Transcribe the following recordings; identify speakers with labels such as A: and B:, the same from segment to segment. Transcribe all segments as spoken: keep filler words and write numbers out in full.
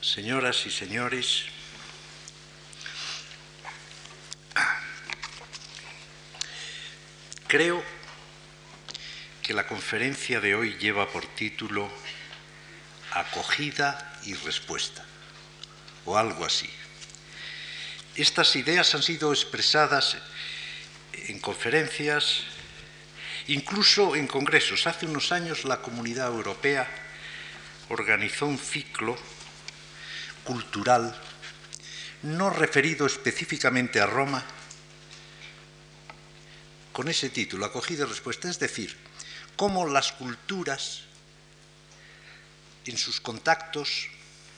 A: Señoras y señores, creo que la conferencia de hoy lleva por título Acogida y respuesta, o algo así. Estas ideas han sido expresadas en conferencias, incluso en congresos. Hace unos años la Comunidad Europea organizó un ciclo cultural no referido específicamente a Roma con ese título, Acogida y respuesta, es decir, cómo las culturas en sus contactos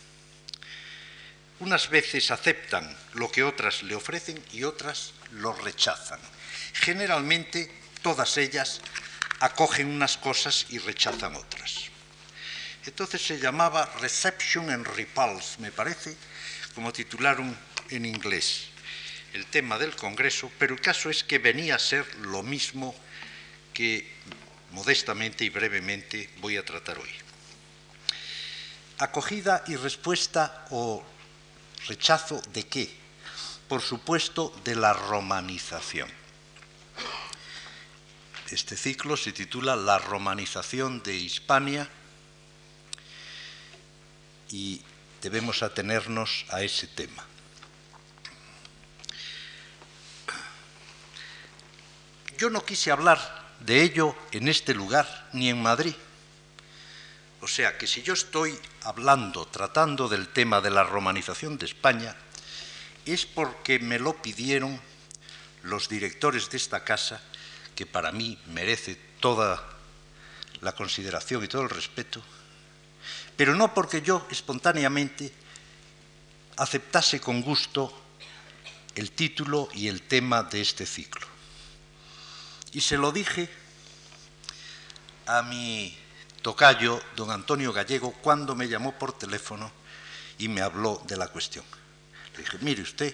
A: unas veces aceptan lo que otras le ofrecen y otras lo rechazan. Generalmente todas ellas acogen unas cosas y rechazan otras. Entonces se llamaba Reception and Repulse, me parece, como titularon en inglés el tema del Congreso, pero el caso es que venía a ser lo mismo que modestamente y brevemente voy a tratar hoy. Acogida y respuesta o rechazo ¿de qué? Por supuesto, de la romanización. Este ciclo se titula La romanización de Hispania y debemos atenernos a ese tema. Yo no quise hablar de ello en este lugar ni en Madrid. O sea que si yo estoy hablando, tratando del tema de la romanización de España, es porque me lo pidieron los directores de esta casa, que para mí merece toda la consideración y todo el respeto, pero no porque yo espontáneamente aceptase con gusto el título y el tema de este ciclo. Y se lo dije a mi tocayo, don Antonio Gallego, cuando me llamó por teléfono y me habló de la cuestión. Le dije, mire usted,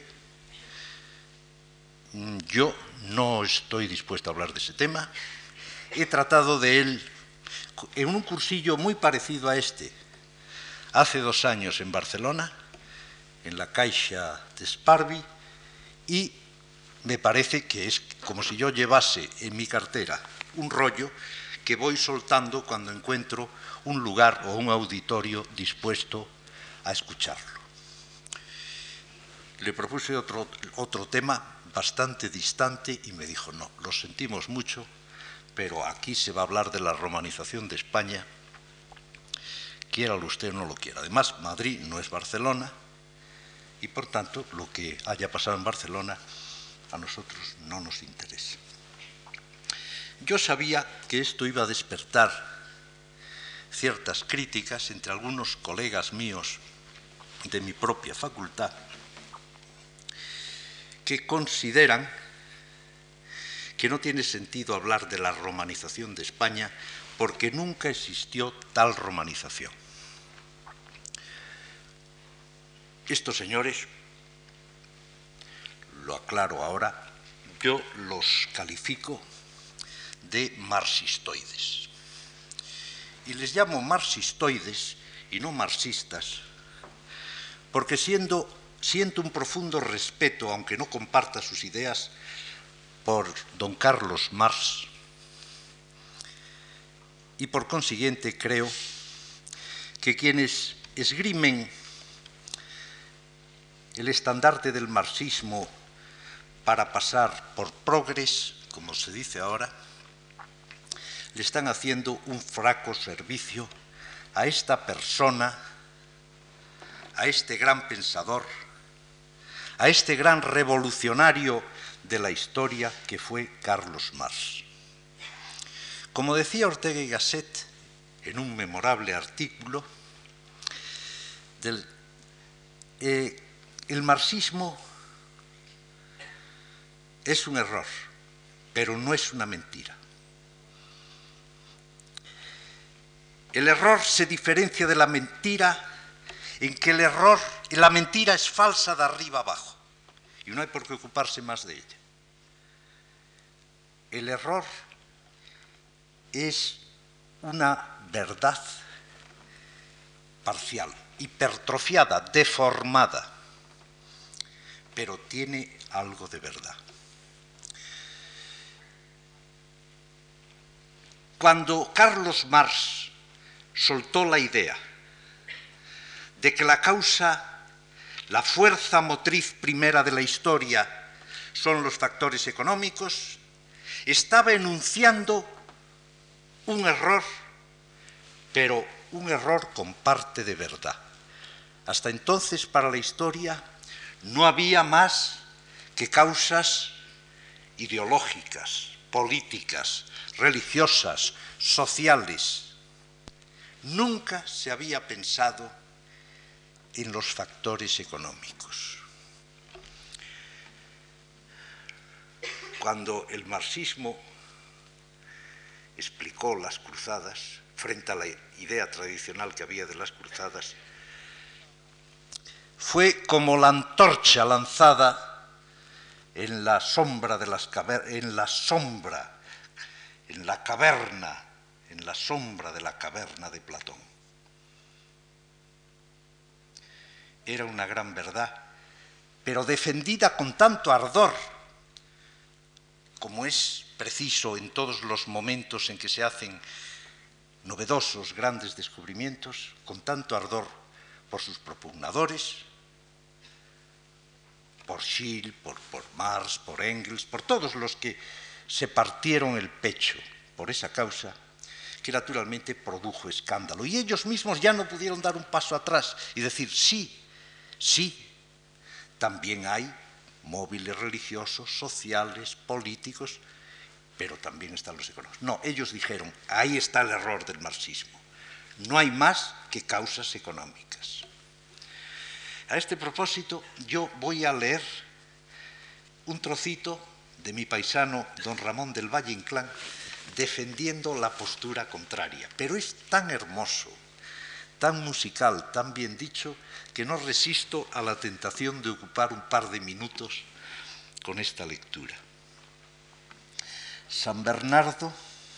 A: yo no estoy dispuesto a hablar de ese tema. He tratado de él en un cursillo muy parecido a este, hace dos años en Barcelona, en la Caixa de Sparvi, y me parece que es como si yo llevase en mi cartera un rollo que voy soltando cuando encuentro un lugar o un auditorio dispuesto a escucharlo. Le propuse otro, otro tema bastante distante y me dijo, no, lo sentimos mucho, pero aquí se va a hablar de la romanización de España, quiéralo usted o no lo quiera. Además, Madrid no es Barcelona y, por tanto, lo que haya pasado en Barcelona a nosotros no nos interesa. Yo sabía que esto iba a despertar ciertas críticas entre algunos colegas míos de mi propia facultad que consideran que no tiene sentido hablar de la romanización de España porque nunca existió tal romanización. Estos señores, lo aclaro ahora, yo los califico de marxistoides. Y les llamo marxistoides y no marxistas, porque siendo, siento un profundo respeto, aunque no comparta sus ideas, por don Carlos Marx, y por consiguiente creo que quienes esgrimen el estandarte del marxismo para pasar por progres, como se dice ahora, le están haciendo un flaco servicio a esta persona, a este gran pensador, a este gran revolucionario de la historia que fue Carlos Marx. Como decía Ortega y Gasset en un memorable artículo, del, eh, el marxismo es un error, pero no es una mentira. El error se diferencia de la mentira en que el error, la mentira es falsa de arriba abajo y no hay por qué ocuparse más de ella. El error es una verdad parcial, hipertrofiada, deformada, pero tiene algo de verdad. Cuando Carlos Marx soltó la idea de que la causa, la fuerza motriz primera de la historia son los factores económicos, estaba enunciando un error, pero un error con parte de verdad. Hasta entonces, para la historia, no había más que causas ideológicas, políticas, religiosas, sociales. Nunca se había pensado en los factores económicos. Cuando el marxismo explicó las cruzadas, frente a la idea tradicional que había de las cruzadas, fue como la antorcha lanzada en la sombra de las cavernas, en la sombra, en la caverna, en la sombra de la caverna de Platón. Era una gran verdad, pero defendida con tanto ardor, como es preciso en todos los momentos en que se hacen novedosos, grandes descubrimientos, con tanto ardor por sus propugnadores, por Schill, por, por Marx, por Engels, por todos los que se partieron el pecho por esa causa, que naturalmente produjo escándalo. Y ellos mismos ya no pudieron dar un paso atrás y decir, sí, sí, también hay móviles religiosos, sociales, políticos, pero también están los económicos. No, ellos dijeron, ahí está el error del marxismo. No hay más que causas económicas. A este propósito, yo voy a leer un trocito de mi paisano don Ramón del Valle Inclán defendiendo la postura contraria. Pero es tan hermoso, tan musical, tan bien dicho, que no resisto a la tentación de ocupar un par de minutos con esta lectura. San Bernardo,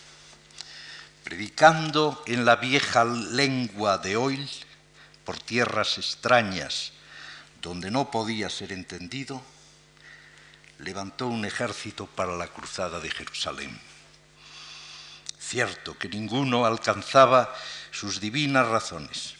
A: predicando en la vieja lengua de Oil, por tierras extrañas donde no podía ser entendido, levantó un ejército para la cruzada de Jerusalén. Cierto que ninguno alcanzaba sus divinas razones,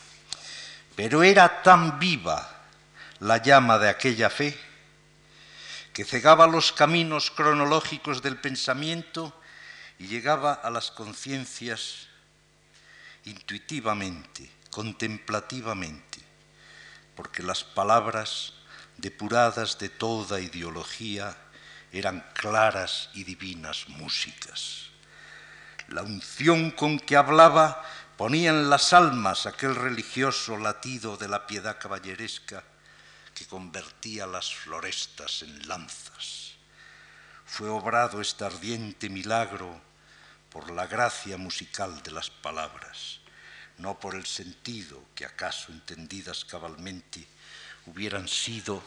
A: pero era tan viva la llama de aquella fe que cegaba los caminos cronológicos del pensamiento y llegaba a las conciencias intuitivamente, contemplativamente, porque las palabras depuradas de toda ideología eran claras y divinas músicas. La unción con que hablaba ponía en las almas aquel religioso latido de la piedad caballeresca que convertía las florestas en lanzas. Fue obrado este ardiente milagro por la gracia musical de las palabras, no por el sentido que acaso entendidas cabalmente hubieran sido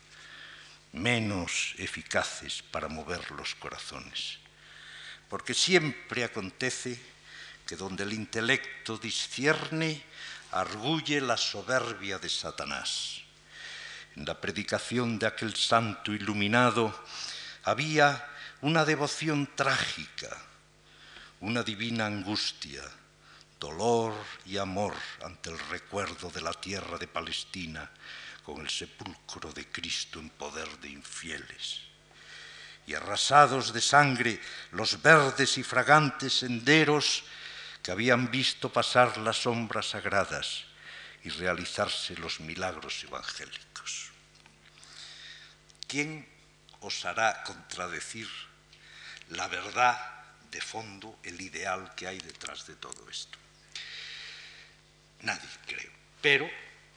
A: menos eficaces para mover los corazones. Porque siempre acontece que donde el intelecto discierne, arguye la soberbia de Satanás. En la predicación de aquel santo iluminado había una devoción trágica, una divina angustia, dolor y amor ante el recuerdo de la tierra de Palestina con el sepulcro de Cristo en poder de infieles. Y arrasados de sangre los verdes y fragantes senderos que habían visto pasar las sombras sagradas y realizarse los milagros evangélicos. ¿Quién osará contradecir la verdad de fondo, el ideal que hay detrás de todo esto? Nadie, creo. Pero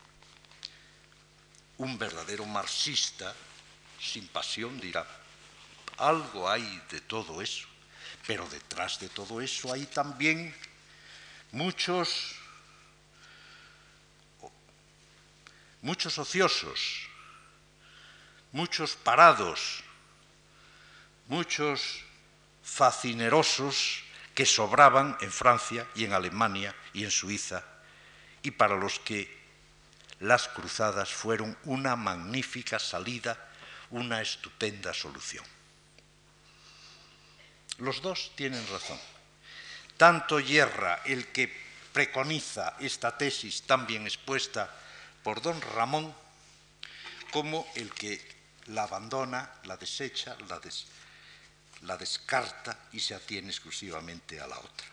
A: un verdadero marxista, sin pasión, dirá, algo hay de todo eso, pero detrás de todo eso hay también muchos, muchos ociosos, muchos parados, muchos facinerosos que sobraban en Francia y en Alemania y en Suiza, y para los que las cruzadas fueron una magnífica salida, una estupenda solución. Los dos tienen razón. Tanto yerra el que preconiza esta tesis tan bien expuesta por don Ramón, como el que la abandona, la desecha, la, des, la descarta y se atiene exclusivamente a la otra.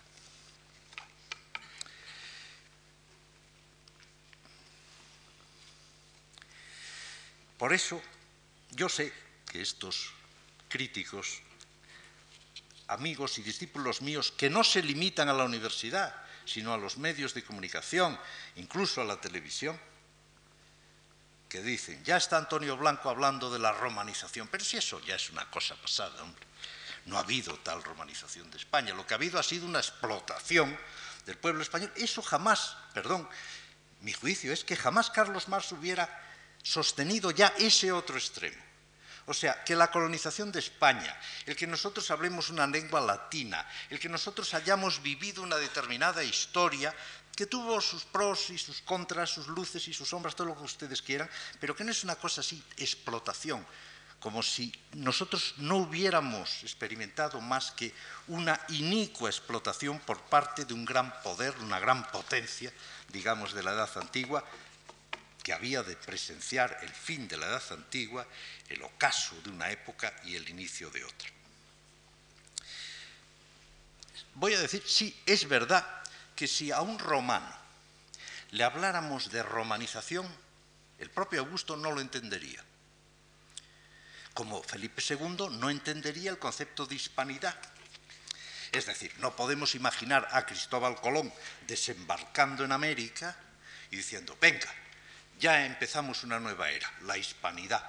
A: Por eso, yo sé que estos críticos, amigos y discípulos míos, que no se limitan a la universidad, sino a los medios de comunicación, incluso a la televisión, que dicen, ya está Antonio Blanco hablando de la romanización, pero si eso ya es una cosa pasada, hombre. No ha habido tal romanización de España, lo que ha habido ha sido una explotación del pueblo español. Eso jamás, perdón, mi juicio es que jamás Carlos Marx hubiera sostenido ya ese otro extremo. O sea, que la colonización de España, el que nosotros hablemos una lengua latina, el que nosotros hayamos vivido una determinada historia que tuvo sus pros y sus contras, sus luces y sus sombras, todo lo que ustedes quieran, pero que no es una cosa así, explotación, como si nosotros no hubiéramos experimentado más que una inicua explotación por parte de un gran poder, una gran potencia, digamos, de la Edad Antigua, que había de presenciar el fin de la Edad Antigua, el ocaso de una época y el inicio de otra. Voy a decir, sí, es verdad que si a un romano le habláramos de romanización, el propio Augusto no lo entendería. Como Felipe segundo no entendería el concepto de hispanidad. Es decir, no podemos imaginar a Cristóbal Colón desembarcando en América y diciendo, venga, ya empezamos una nueva era, la hispanidad.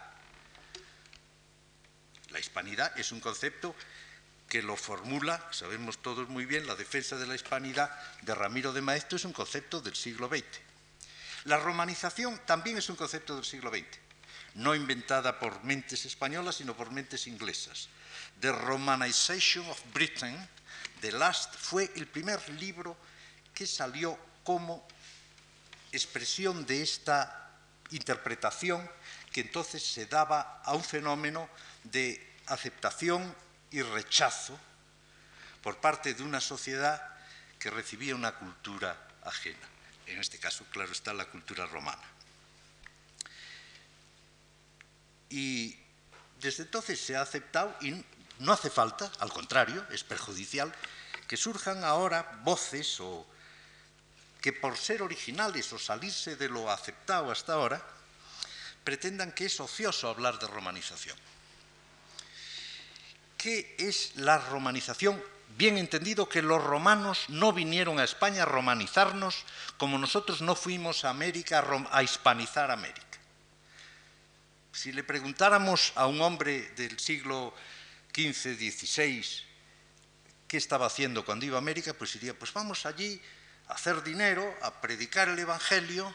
A: La hispanidad es un concepto que lo formula, sabemos todos muy bien, la defensa de la hispanidad de Ramiro de Maeztu es un concepto del siglo veinte. La romanización también es un concepto del siglo veinte, no inventada por mentes españolas, sino por mentes inglesas. The Romanization of Britain, de Last, fue el primer libro que salió como expresión de esta interpretación que entonces se daba a un fenómeno de aceptación y rechazo por parte de una sociedad que recibía una cultura ajena. En este caso, claro está, la cultura romana. Y desde entonces se ha aceptado, y no hace falta, al contrario, es perjudicial, que surjan ahora voces o que por ser originales o salirse de lo aceptado hasta ahora, pretendan que es ocioso hablar de romanización. ¿Qué es la romanización? Bien entendido que los romanos no vinieron a España a romanizarnos como nosotros no fuimos a América a, a hispanizar América. Si le preguntáramos a un hombre del siglo quince, dieciséis qué estaba haciendo cuando iba a América, pues diría, pues vamos allí a hacer dinero, a predicar el Evangelio,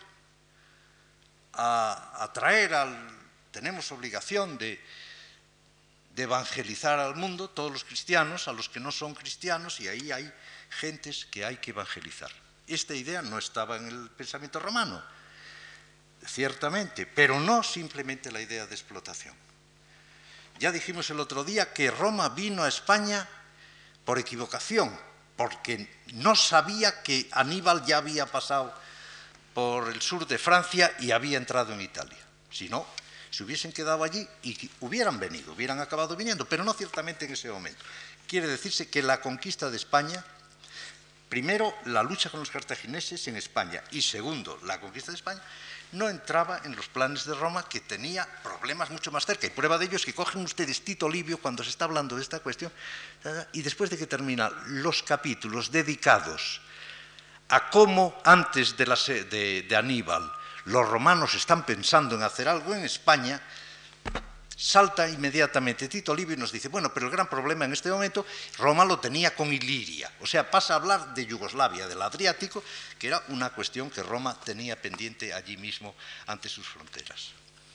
A: a, a traer al... Tenemos obligación de, de evangelizar al mundo, todos los cristianos, a los que no son cristianos, y ahí hay gentes que hay que evangelizar. Esta idea no estaba en el pensamiento romano, ciertamente, pero no simplemente la idea de explotación. Ya dijimos el otro día que Roma vino a España por equivocación, porque no sabía que Aníbal ya había pasado por el sur de Francia y había entrado en Italia. Si no, se hubiesen quedado allí y hubieran venido, hubieran acabado viniendo, pero no ciertamente en ese momento. Quiere decirse que la conquista de España, primero, la lucha con los cartagineses en España, y segundo, la conquista de España, no entraba en los planes de Roma, que tenía problemas mucho más cerca. Y prueba de ello es que cogen ustedes Tito Livio cuando se está hablando de esta cuestión, y después de que termina los capítulos dedicados a cómo antes de, la, de, de Aníbal los romanos están pensando en hacer algo en España, salta inmediatamente Tito Livio y nos dice, bueno, pero el gran problema en este momento, Roma lo tenía con Iliria, o sea, pasa a hablar de Yugoslavia, del Adriático, que era una cuestión que Roma tenía pendiente allí mismo ante sus fronteras.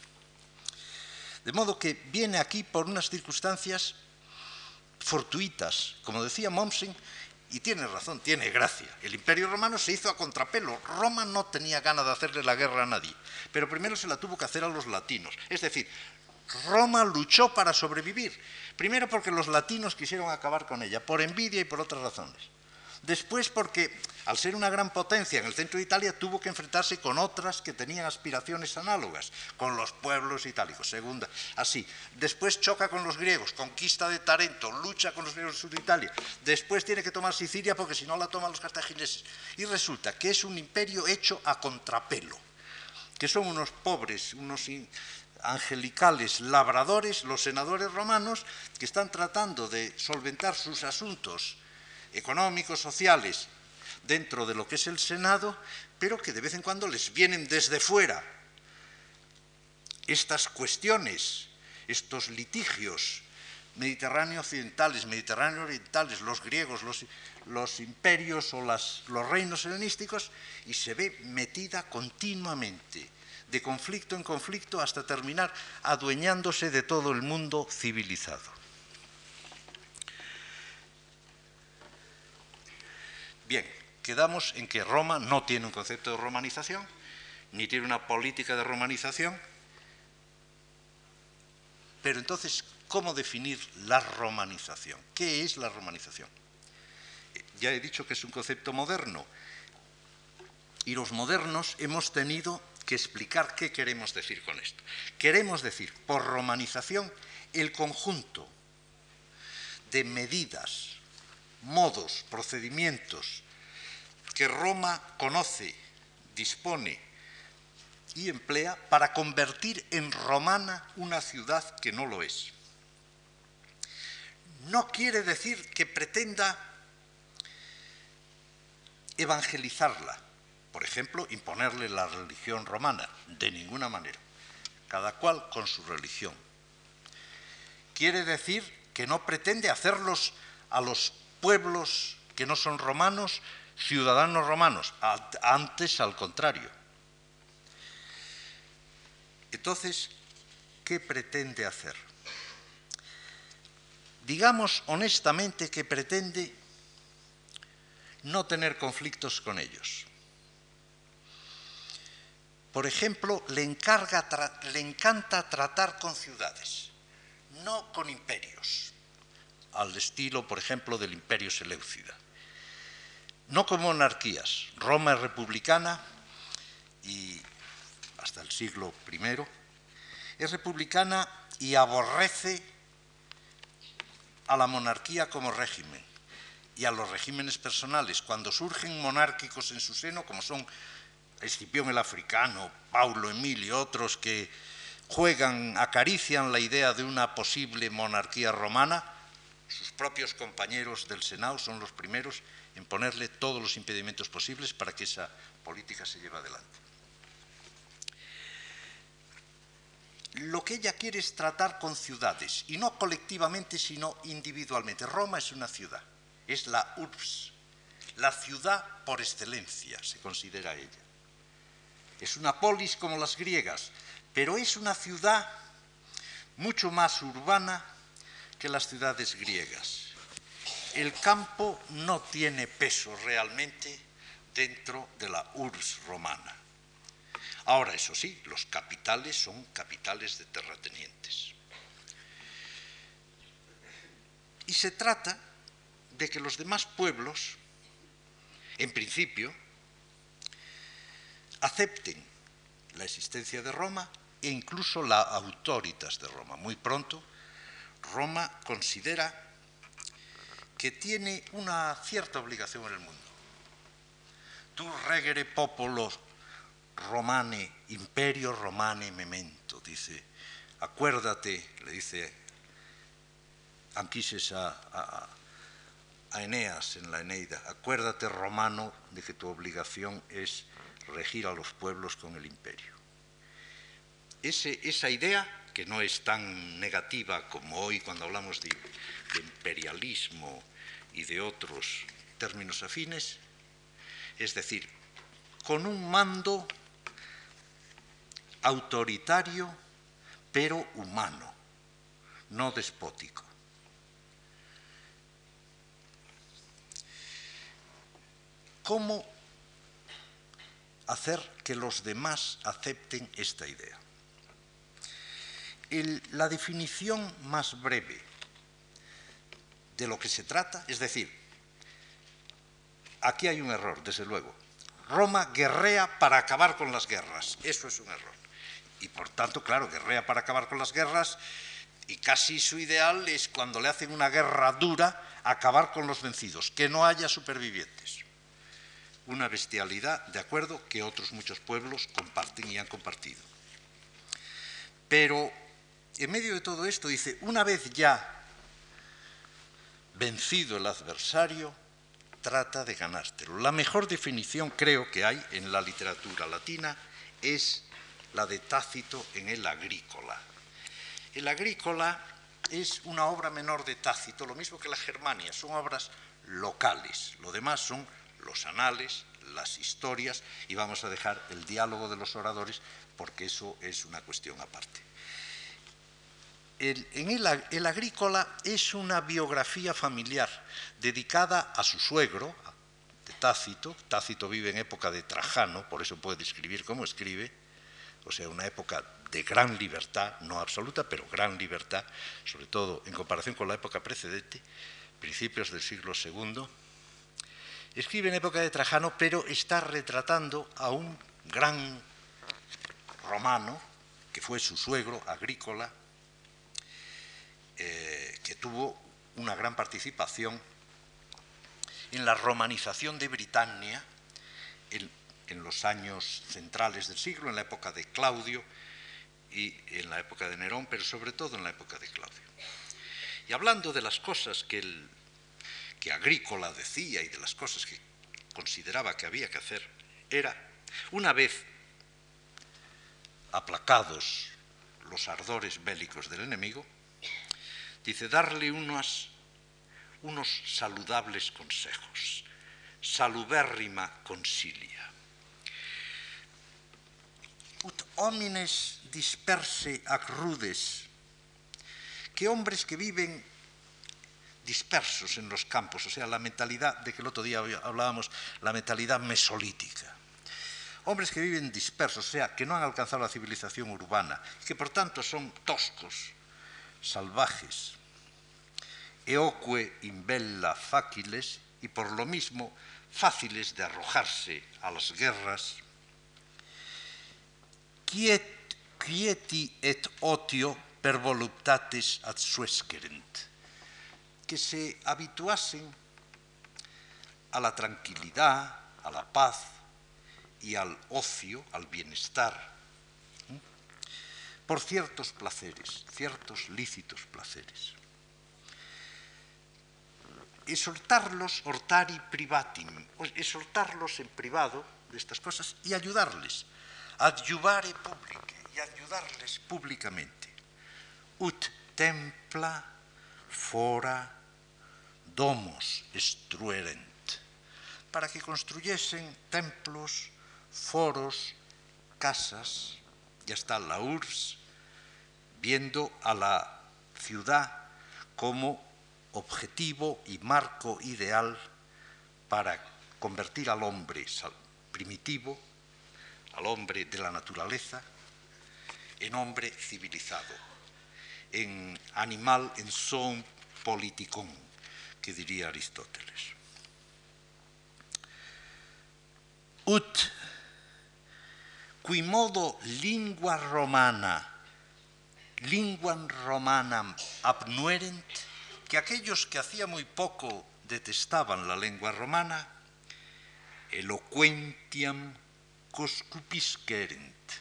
A: De modo que viene aquí por unas circunstancias fortuitas. Como decía Mommsen, Y tiene razón, tiene gracia. El Imperio Romano se hizo a contrapelo. Roma no tenía ganas de hacerle la guerra a nadie, pero primero se la tuvo que hacer a los latinos. Es decir, Roma luchó para sobrevivir. Primero porque los latinos quisieron acabar con ella, por envidia y por otras razones. Después porque, al ser una gran potencia en el centro de Italia, tuvo que enfrentarse con otras que tenían aspiraciones análogas, con los pueblos itálicos. Segunda, así. Después choca con los griegos, conquista de Tarento, lucha con los griegos del sur de Italia. Después tiene que tomar Sicilia porque si no la toman los cartagineses. Y resulta que es un imperio hecho a contrapelo, que son unos pobres, unos angelicales labradores, los senadores romanos, que están tratando de solventar sus asuntos económicos, sociales, dentro de lo que es el Senado, pero que de vez en cuando les vienen desde fuera estas cuestiones, estos litigios mediterráneo occidentales, mediterráneo orientales, los griegos, los, los imperios o las, los reinos helenísticos, y se ve metida continuamente, de conflicto en conflicto, hasta terminar adueñándose de todo el mundo civilizado. Bien, quedamos en que Roma no tiene un concepto de romanización, ni tiene una política de romanización, pero entonces, ¿cómo definir la romanización? ¿Qué es la romanización? Ya he dicho que es un concepto moderno, y los modernos hemos tenido que explicar qué queremos decir con esto. Queremos decir, por romanización, el conjunto de medidas, modos, procedimientos que Roma conoce, dispone y emplea para convertir en romana una ciudad que no lo es. No quiere decir que pretenda evangelizarla, por ejemplo, imponerle la religión romana, de ninguna manera, cada cual con su religión. Quiere decir que no pretende hacerlos a los pueblos que no son romanos ciudadanos romanos, antes al contrario. Entonces, ¿qué pretende hacer? Digamos honestamente que pretende no tener conflictos con ellos. Por ejemplo, le, encarga, le encanta tratar con ciudades, no con imperios, al estilo, por ejemplo, del Imperio Seleucida. No con monarquías. Roma es republicana y hasta el siglo primero es republicana y aborrece a la monarquía como régimen y a los regímenes personales. Cuando surgen monárquicos en su seno, como son Escipión el Africano, Paulo Emilio, otros que juegan, acarician la idea de una posible monarquía romana, sus propios compañeros del Senado son los primeros en ponerle todos los impedimentos posibles para que esa política se lleve adelante. Lo que ella quiere es tratar con ciudades, y no colectivamente, sino individualmente. Roma es una ciudad, es la urbs, la ciudad por excelencia, se considera ella. Es una polis como las griegas, pero es una ciudad mucho más urbana que las ciudades griegas. El campo no tiene peso realmente dentro de la urbs romana. Ahora, eso sí, los capitales son capitales de terratenientes. Y se trata de que los demás pueblos, en principio, acepten la existencia de Roma e incluso la autoritas de Roma. Muy pronto, Roma considera que tiene una cierta obligación en el mundo. Tu regere popolo romane, imperio romane memento, dice, acuérdate, le dice Anquises a, a, a Eneas en la Eneida, acuérdate, romano, de que tu obligación es regir a los pueblos con el imperio. Ese, esa idea, que no es tan negativa como hoy cuando hablamos de, de imperialismo y de otros términos afines, es decir, con un mando autoritario, pero humano, no despótico. cómo hacer que los demás acepten esta idea. El, la definición más breve de lo que se trata, es decir, aquí hay un error, desde luego. Roma guerrea para acabar con las guerras, eso es un error. Y por tanto, claro, guerrea para acabar con las guerras, y casi su ideal es, cuando le hacen una guerra dura, acabar con los vencidos, que no haya supervivientes. Una bestialidad, de acuerdo, que otros muchos pueblos comparten y han compartido. Pero en medio de todo esto dice, una vez ya vencido el adversario, trata de ganártelo. La mejor definición, creo, que hay en la literatura latina es la de Tácito en el Agrícola. El Agrícola es una obra menor de Tácito, lo mismo que la Germania, son obras locales. Lo demás son los anales, las historias, y vamos a dejar el diálogo de los oradores, porque eso es una cuestión aparte. El, en el, el Agrícola es una biografía familiar dedicada a su suegro, de Tácito. Tácito vive en época de Trajano, por eso puede escribir como escribe, o sea, una época de gran libertad, no absoluta, pero gran libertad, sobre todo en comparación con la época precedente, principios del siglo segundo. Escribe en época de Trajano, pero está retratando a un gran romano, que fue su suegro, Agrícola, eh, que tuvo una gran participación en la romanización de Britania en, en los años centrales del siglo, en la época de Claudio y en la época de Nerón, pero sobre todo en la época de Claudio. Y hablando de las cosas que, el, que Agrícola decía y de las cosas que consideraba que había que hacer, era, una vez aplacados los ardores bélicos del enemigo, dice, darle unos, unos saludables consejos, salubérrima consilia. Ut homines disperse ac rudes, que hombres que viven dispersos en los campos, o sea, la mentalidad de que el otro día hablábamos, la mentalidad mesolítica. Hombres que viven dispersos, o sea, que no han alcanzado la civilización urbana, que por tanto son toscos, salvajes, eoque in bella faciles, y por lo mismo fáciles de arrojarse a las guerras, quiet, quieti et otio per voluptates adsuesquerent, que se habituasen a la tranquilidad, a la paz y al ocio, al bienestar, ¿eh? por ciertos placeres, ciertos lícitos placeres. Exhortarlos, hortari privatim, exhortarlos en privado de estas cosas y ayudarles, adjuvare publique, y ayudarles públicamente. Ut templa fora domos estruerent, para que construyesen templos, foros, casas, ya está la U R S S, viendo a la ciudad como objetivo y marco ideal para convertir al hombre primitivo, al hombre de la naturaleza, en hombre civilizado, en animal en son politikon, que diría Aristóteles. Ut qui modo lingua romana, linguam romanam abnuerent, que aquellos que hacía muy poco detestaban la lengua romana, eloquentiam coscupisquerent,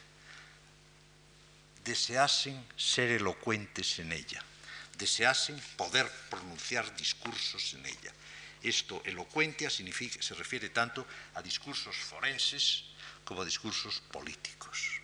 A: deseasen ser elocuentes en ella, deseasen poder pronunciar discursos en ella. Esto, elocuentia, significa, se refiere tanto a discursos forenses como a discursos políticos.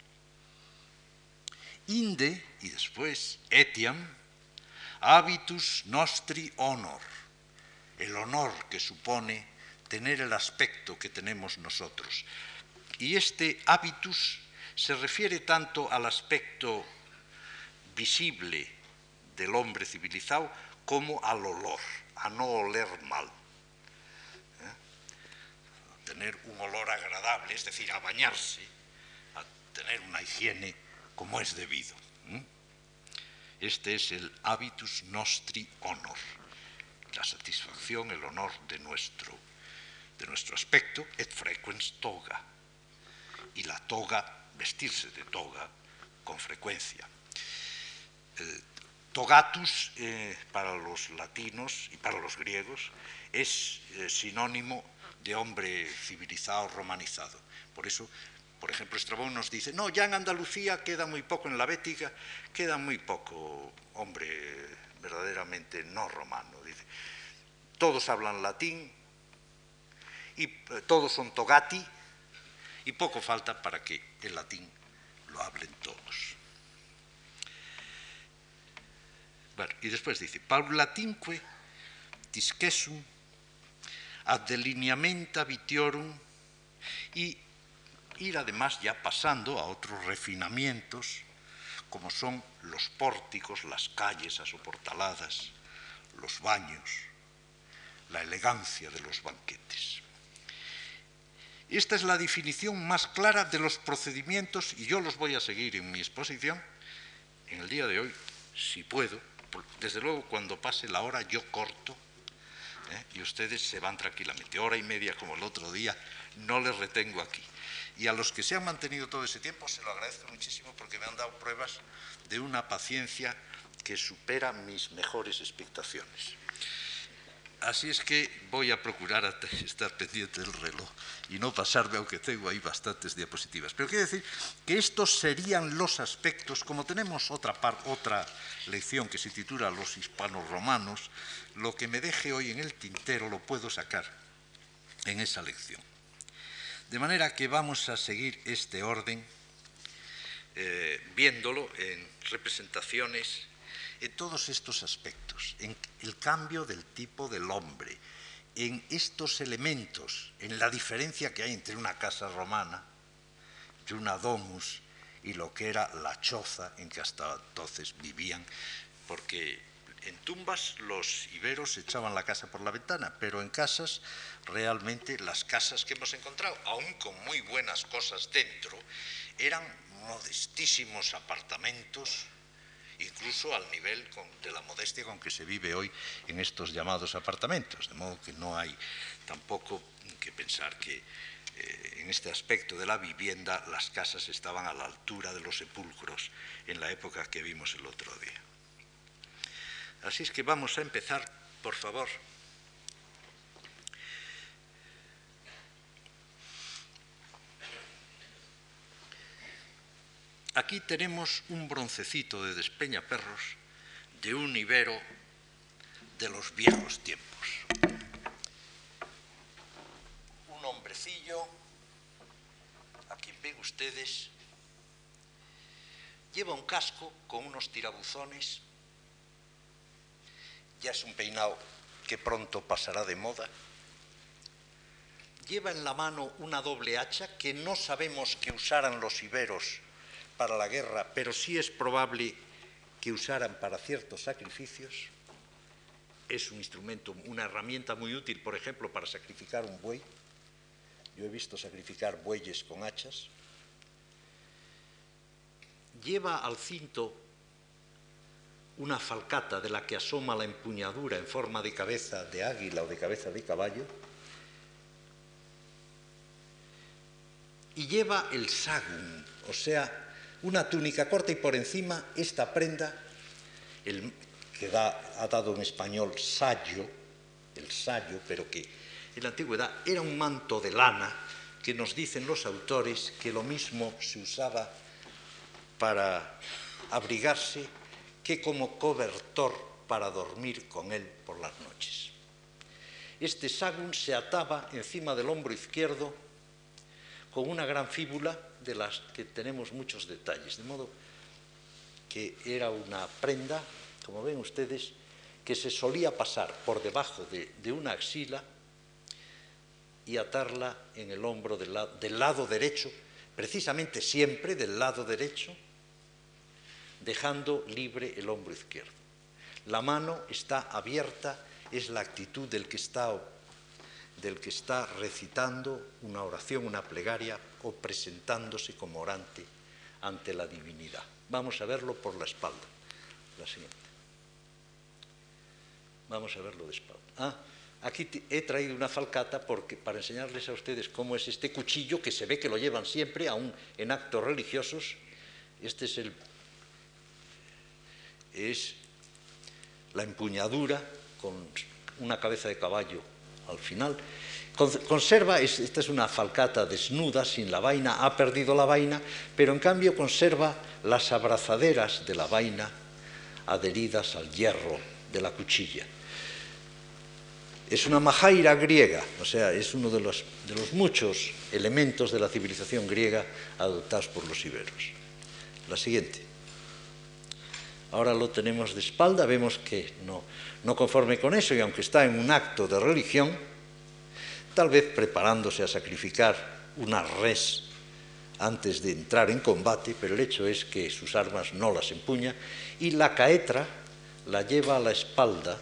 A: Inde, y después, etiam, habitus nostri honor, el honor que supone tener el aspecto que tenemos nosotros. Y este habitus se refiere tanto al aspecto visible del hombre civilizado como al olor, a no oler mal. ¿Eh? tener un olor agradable, es decir, a bañarse, a tener una higiene como es debido. Este es el habitus nostri honor, la satisfacción, el honor de nuestro, de nuestro aspecto, et frequens toga, y la toga, vestirse de toga con frecuencia. Eh, togatus, eh, para los latinos y para los griegos, es eh, sinónimo de hombre civilizado, romanizado. Por eso, por ejemplo, Estrabón nos dice, no, ya en Andalucía queda muy poco, en la Bética queda muy poco hombre verdaderamente no romano. Dice, todos hablan latín y eh, todos son togati y poco falta para que el latín lo hablen todos. Bueno, y después dice, paulatinque discessum ad delineamenta vitiorum, y ir además ya pasando a otros refinamientos, como son los pórticos, las calles asoportaladas, los baños, la elegancia de los banquetes. Esta es la definición más clara de los procedimientos, y yo los voy a seguir en mi exposición en el día de hoy, si puedo. Desde luego, cuando pase la hora, yo corto, ¿eh? y ustedes se van tranquilamente. Hora y media, como el otro día, no les retengo aquí. Y a los que se han mantenido todo ese tiempo, se lo agradezco muchísimo porque me han dado pruebas de una paciencia que supera mis mejores expectaciones. Así es que voy a procurar estar pendiente del reloj y no pasarme, aunque tengo ahí bastantes diapositivas. Pero quiero decir que estos serían los aspectos, como tenemos otra, par, otra lección que se titula Los hispanos romanos, lo que me deje hoy en el tintero lo puedo sacar en esa lección. De manera que vamos a seguir este orden, eh, viéndolo en representaciones, en todos estos aspectos, en el cambio del tipo del hombre, en estos elementos, en la diferencia que hay entre una casa romana, y una domus, y lo que era la choza en que hasta entonces vivían, porque en tumbas los iberos echaban la casa por la ventana, pero en casas, realmente las casas que hemos encontrado, aun con muy buenas cosas dentro, eran modestísimos apartamentos, incluso al nivel de la modestia con que se vive hoy en estos llamados apartamentos, de modo que no hay tampoco que pensar que eh, en este aspecto de la vivienda las casas estaban a la altura de los sepulcros en la época que vimos el otro día. Así es que vamos a empezar, por favor. Aquí tenemos un broncecito de Despeñaperros de un ibero de los viejos tiempos. Un hombrecillo, a quien ven ustedes, lleva un casco con unos tirabuzones, ya es un peinado que pronto pasará de moda, lleva en la mano una doble hacha que no sabemos que usaran los iberos para la guerra, pero sí es probable que usaran para ciertos sacrificios. Es un instrumento, una herramienta muy útil, por ejemplo, para sacrificar un buey. Yo he visto sacrificar bueyes con hachas. Lleva al cinto una falcata de la que asoma la empuñadura en forma de cabeza de águila o de cabeza de caballo. Y lleva el sagum, o sea, una túnica corta y por encima esta prenda, el, que da, ha dado en español sayo, el sayo, pero que en la antigüedad era un manto de lana que nos dicen los autores que lo mismo se usaba para abrigarse que como cobertor para dormir con él por las noches. Este sagum se ataba encima del hombro izquierdo con una gran fíbula de las que tenemos muchos detalles, de modo que era una prenda, como ven ustedes, que se solía pasar por debajo de, de una axila y atarla en el hombro del, la, del lado derecho, precisamente siempre del lado derecho, dejando libre el hombro izquierdo. La mano está abierta, es la actitud del que está del que está recitando una oración, una plegaria o presentándose como orante ante la divinidad. Vamos a verlo por la espalda. La siguiente. Vamos a verlo de espalda. Ah, aquí he traído una falcata porque, para enseñarles a ustedes cómo es este cuchillo, que se ve que lo llevan siempre, aún en actos religiosos. Este es el... es la empuñadura con una cabeza de caballo al final. Conserva, esta es una falcata desnuda, sin la vaina, ha perdido la vaina, pero en cambio conserva las abrazaderas de la vaina adheridas al hierro de la cuchilla. Es una majaira griega, o sea, es uno de los, de los muchos elementos de la civilización griega adoptados por los iberos. La siguiente. Ahora lo tenemos de espalda, vemos que no, no conforme con eso, y aunque está en un acto de religión, tal vez preparándose a sacrificar una res antes de entrar en combate, pero el hecho es que sus armas no las empuña, y la caetra la lleva a la espalda,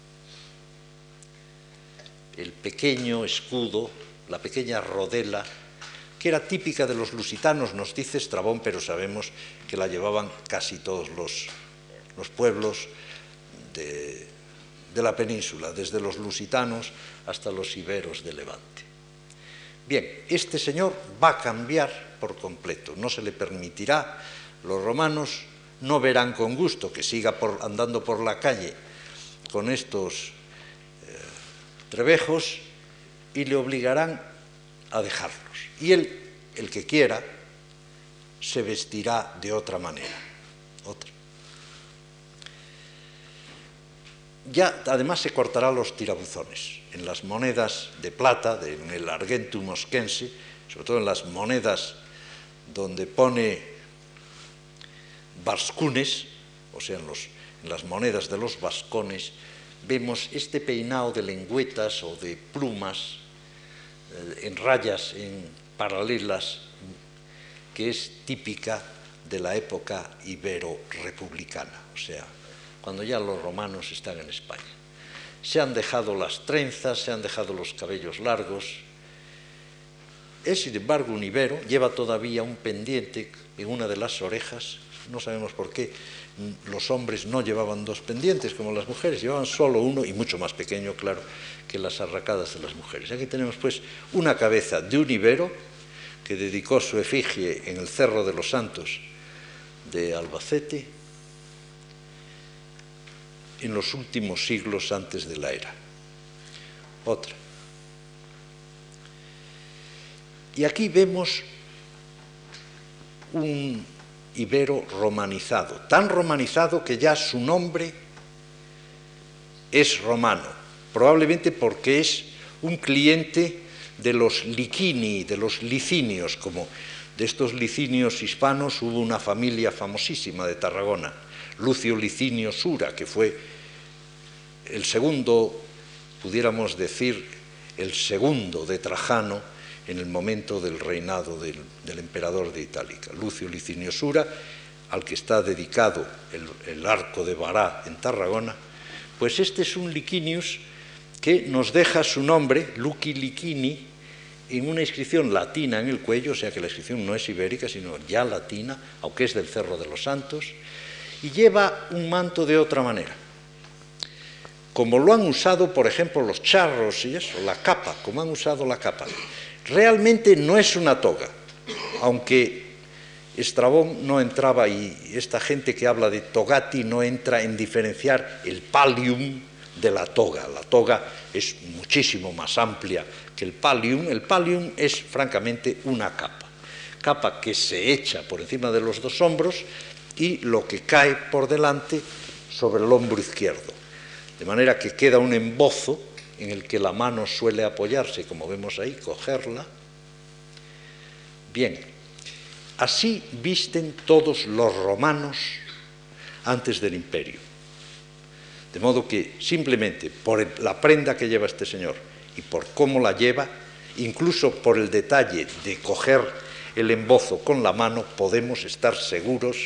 A: el pequeño escudo, la pequeña rodela, que era típica de los lusitanos, nos dice Estrabón, pero sabemos que la llevaban casi todos los, los pueblos de, de la península, desde los lusitanos hasta los iberos de Levante. Bien, este señor va a cambiar por completo, no se le permitirá, los romanos no verán con gusto que siga por, andando por la calle con estos eh, trebejos y le obligarán a dejarlos. Y él, el que quiera, se vestirá de otra manera. Otra. Ya, además, se cortará los tirabuzones. En las monedas de plata, de, en el Argentum Oscense, sobre todo en las monedas donde pone vascunes, o sea, en, los, en las monedas de los vascones, vemos este peinado de lengüetas o de plumas eh, en rayas, en paralelas, que es típica de la época ibero-republicana, o sea, cuando ya los romanos están en España. Se han dejado las trenzas, se han dejado los cabellos largos. Es, sin embargo, un ibero, lleva todavía un pendiente en una de las orejas. No sabemos por qué los hombres no llevaban dos pendientes como las mujeres, llevaban solo uno y mucho más pequeño, claro, que las arracadas de las mujeres. Aquí tenemos, pues, una cabeza de un ibero que dedicó su efigie en el Cerro de los Santos de Albacete en los últimos siglos antes de la era. Otra. Y aquí vemos un ibero romanizado, tan romanizado que ya su nombre es romano, probablemente porque es un cliente de los licini, de los licinios, como de estos licinios hispanos hubo una familia famosísima de Tarragona, Lucio Licinio Sura, que fue el segundo, pudiéramos decir, el segundo de Trajano en el momento del reinado del, del emperador de Itálica. Lucio Licinio Sura, al que está dedicado el, el arco de Bará en Tarragona, pues este es un licinius que nos deja su nombre, Luci Licini, en una inscripción latina en el cuello, o sea que la inscripción no es ibérica, sino ya latina, aunque es del Cerro de los Santos, y lleva un manto de otra manera, como lo han usado, por ejemplo, los charros y eso, la capa, como han usado la capa. Realmente no es una toga, aunque Estrabón no entraba, y esta gente que habla de togati no entra en diferenciar el pallium de la toga. La toga es muchísimo más amplia que el pallium. El pallium es, francamente, una capa. Capa que se echa por encima de los dos hombros y lo que cae por delante sobre el hombro izquierdo. De manera que queda un embozo en el que la mano suele apoyarse, como vemos ahí, cogerla. Bien, así visten todos los romanos antes del imperio. De modo que simplemente por la prenda que lleva este señor y por cómo la lleva, incluso por el detalle de coger el embozo con la mano, podemos estar seguros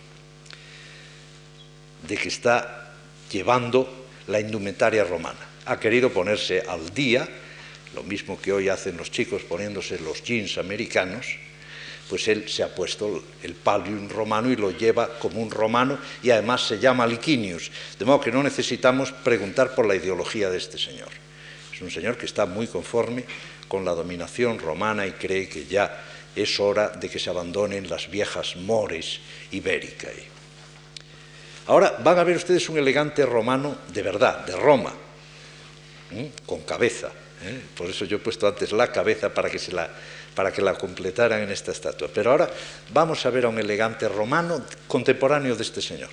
A: de que está llevando la indumentaria romana. Ha querido ponerse al día lo mismo que hoy hacen los chicos poniéndose los jeans americanos, pues él se ha puesto el pallium romano y lo lleva como un romano y además se llama Licinius, de modo que no necesitamos preguntar por la ideología de este señor. Es un señor que está muy conforme con la dominación romana y cree que ya es hora de que se abandonen las viejas mores ibéricas. Ahora van a ver ustedes un elegante romano de verdad, de Roma, ¿eh? Con cabeza. ¿eh? Por eso yo he puesto antes la cabeza para que, se la, para que la completaran en esta estatua. Pero ahora vamos a ver a un elegante romano contemporáneo de este señor.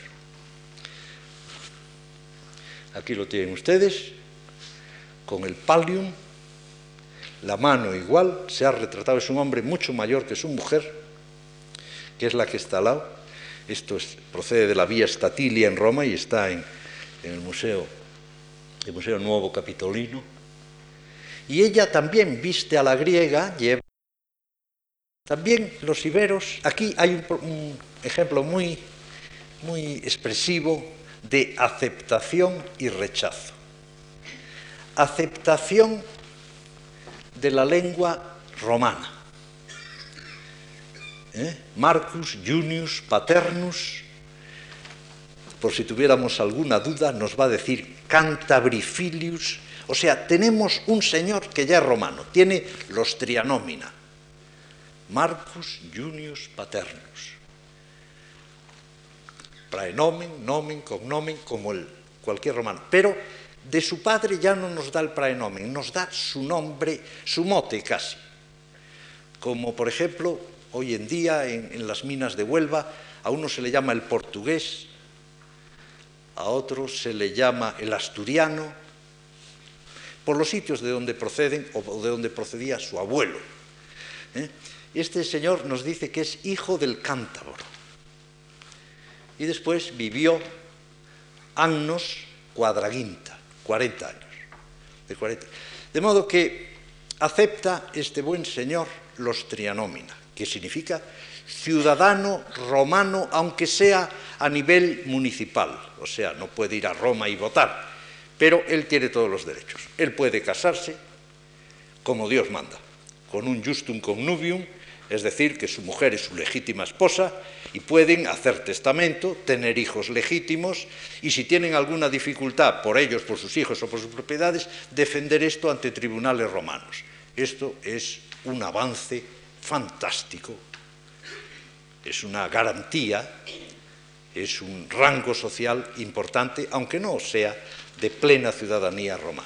A: Aquí lo tienen ustedes, con el pallium, la mano igual, se ha retratado, es un hombre mucho mayor que su mujer, que es la que está al lado. Esto es, procede de la Vía Statilia en Roma y está en, en el museo, el Museo Nuevo Capitolino. Y ella también viste a la griega, lleva también los iberos. Aquí hay un, un ejemplo muy, muy expresivo de aceptación y rechazo. Aceptación de la lengua romana. ¿Eh? Marcus Junius Paternus, por si tuviéramos alguna duda, nos va a decir Cantabrifilius. O sea, tenemos un señor que ya es romano, tiene los trianómina. Marcus Junius Paternus. Praenomen, nomen, cognomen, como el, cualquier romano. Pero de su padre ya no nos da el praenomen, nos da su nombre, su mote casi. Como por ejemplo, hoy en día en, en las minas de Huelva, a uno se le llama el portugués, a otro se le llama el asturiano, por los sitios de donde proceden o de donde procedía su abuelo. ¿Eh? Este señor nos dice que es hijo del cántabro. Y después vivió annos quadraginta, cuarenta años. De, cuarenta. De modo que acepta este buen señor los trianómina, que significa ciudadano romano, aunque sea a nivel municipal. O sea, no puede ir a Roma y votar, pero él tiene todos los derechos. Él puede casarse como Dios manda, con un justum connubium, es decir, que su mujer es su legítima esposa, y pueden hacer testamento, tener hijos legítimos, y si tienen alguna dificultad por ellos, por sus hijos o por sus propiedades, defender esto ante tribunales romanos. Esto es un avance fantástico, es una garantía, es un rango social importante, aunque no sea de plena ciudadanía romana.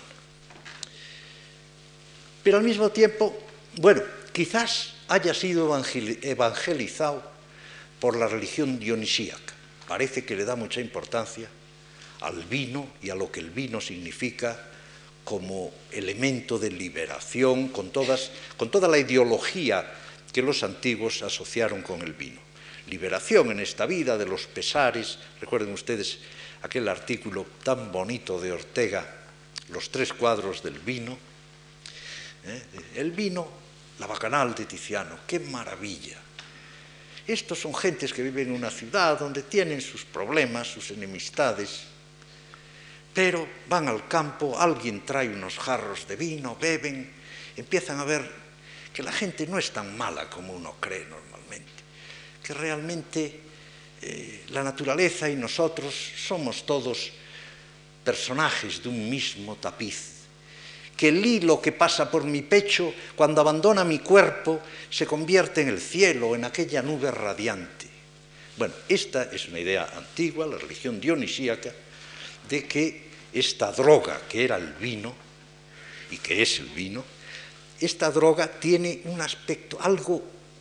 A: Pero al mismo tiempo, bueno, quizás haya sido evangelizado por la religión dionisíaca. Parece que le da mucha importancia al vino y a lo que el vino significa como elemento de liberación, con, todas, con toda la ideología que los antiguos asociaron con el vino. Liberación en esta vida de los pesares. Recuerden ustedes aquel artículo tan bonito de Ortega, Los tres cuadros del vino. ¿Eh? El vino, la bacanal de Tiziano, qué maravilla. Estos son gentes que viven en una ciudad donde tienen sus problemas, sus enemistades, pero van al campo, alguien trae unos jarros de vino, beben, empiezan a ver que la gente no es tan mala como uno cree normalmente, que realmente eh, la naturaleza y nosotros somos todos personajes de un mismo tapiz, que el hilo que pasa por mi pecho cuando abandona mi cuerpo se convierte en el cielo, en aquella nube radiante. Bueno, esta es una idea antigua, la religión dionisíaca, de que esta droga que era el vino, y que es el vino, esta droga tiene un aspecto, algo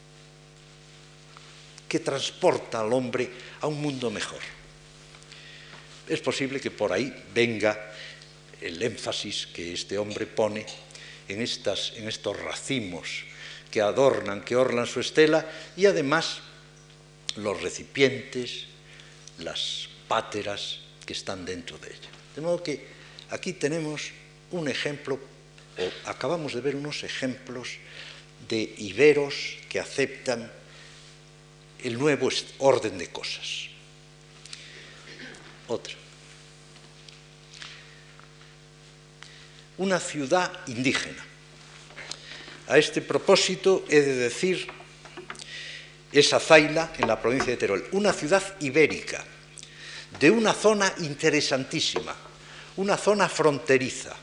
A: que transporta al hombre a un mundo mejor. Es posible que por ahí venga el énfasis que este hombre pone en, estas, en estos racimos que adornan, que orlan su estela, y además los recipientes, las páteras que están dentro de ella. De modo que aquí tenemos un ejemplo, o acabamos de ver unos ejemplos de iberos que aceptan el nuevo orden de cosas. Otra. Una ciudad indígena. A este propósito he de decir es Azaila, en la provincia de Teruel, una ciudad ibérica, de una zona interesantísima, una zona fronteriza.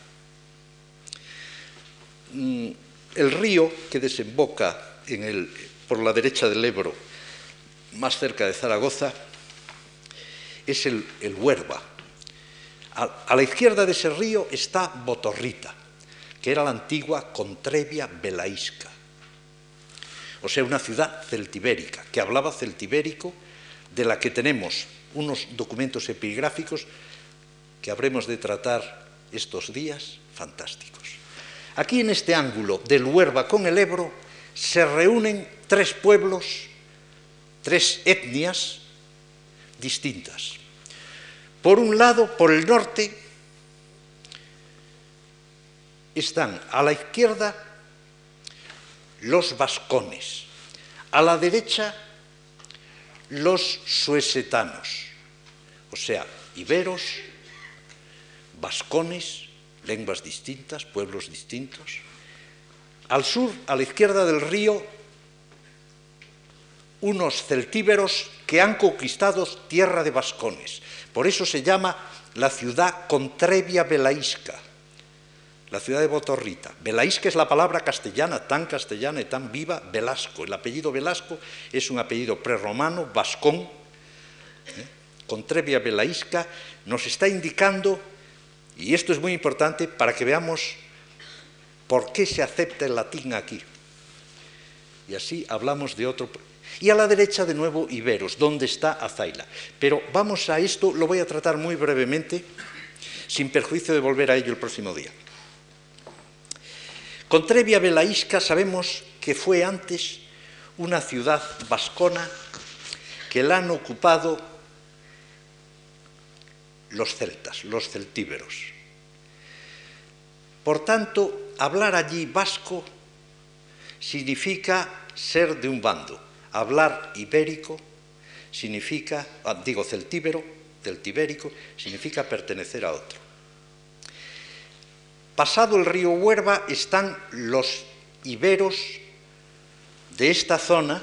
A: El río que desemboca en el, por la derecha del Ebro, más cerca de Zaragoza, es el, el Huerva. A, a la izquierda de ese río está Botorrita, que era la antigua Contrevia Velaisca, o sea, una ciudad celtibérica, que hablaba celtibérico, de la que tenemos unos documentos epigráficos que habremos de tratar estos días fantásticos. Aquí, en este ángulo del Huerva con el Ebro, se reúnen tres pueblos, tres etnias distintas. Por un lado, por el norte, están a la izquierda los vascones, a la derecha los suesetanos, o sea, iberos, vascones, lenguas distintas, pueblos distintos. Al sur, a la izquierda del río, unos celtíberos que han conquistado tierra de vascones. Por eso se llama la ciudad Contrevia Velaisca, la ciudad de Botorrita. Velaisca es la palabra castellana, tan castellana y tan viva, Velasco. El apellido Velasco es un apellido prerromano, vascón. ¿Eh? Contrevia Velaisca nos está indicando, y esto es muy importante para que veamos por qué se acepta el latín aquí. Y así hablamos de otro. Y a la derecha, de nuevo, iberos, donde está Azaila. Pero vamos a esto, lo voy a tratar muy brevemente, sin perjuicio de volver a ello el próximo día. Contrevia Velaisca sabemos que fue antes una ciudad vascona que la han ocupado los celtas, los celtíberos. Por tanto, hablar allí vasco significa ser de un bando. Hablar ibérico significa, digo celtíbero, celtibérico, significa pertenecer a otro. Pasado el río Huerva están los iberos de esta zona,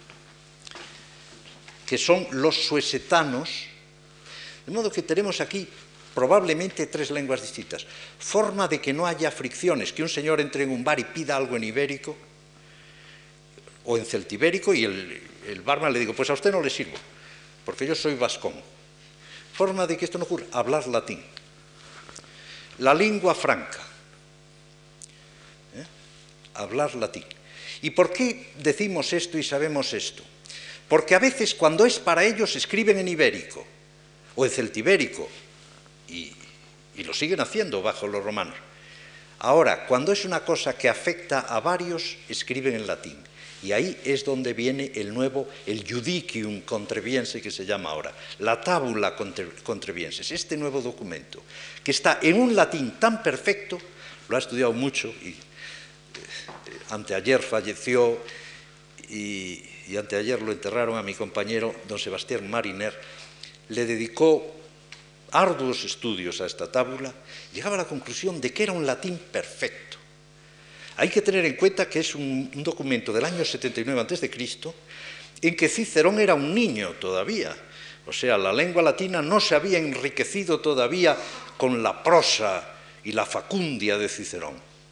A: que son los suesetanos, de modo que tenemos aquí probablemente tres lenguas distintas. Forma de que no haya fricciones, que un señor entre en un bar y pida algo en ibérico o en celtibérico y el, el barman le digo, pues a usted no le sirvo, porque yo soy vascón. Forma de que esto no ocurra, hablar latín. La lengua franca, ¿eh? Hablar latín. ¿Y por qué decimos esto y sabemos esto? Porque a veces cuando es para ellos escriben en ibérico o en celtibérico y, y lo siguen haciendo bajo los romanos. Ahora, cuando es una cosa que afecta a varios, escriben en latín. Y ahí es donde viene el nuevo, el Judicium Contreviense que se llama ahora, la Tabula Contrevienses, este nuevo documento, que está en un latín tan perfecto, lo ha estudiado mucho y eh, anteayer falleció y, y anteayer lo enterraron a mi compañero don Sebastián Mariner, le dedicó arduos estudios a esta tábula, llegaba a la conclusión de que era un latín perfecto. Hay que tener en cuenta que es un, un documento del año setenta y nueve antes de Cristo, en que Cicerón era un niño todavía. O sea, la lengua latina no se había enriquecido todavía con la prosa y la facundia de Cicerón.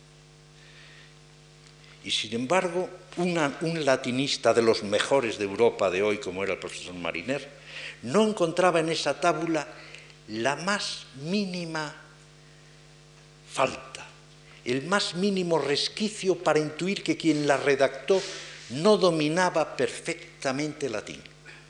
A: Y sin embargo, una, un latinista de los mejores de Europa de hoy, como era el profesor Mariner, no encontraba en esa tábula la más mínima falta, el más mínimo resquicio para intuir que quien la redactó no dominaba perfectamente latín.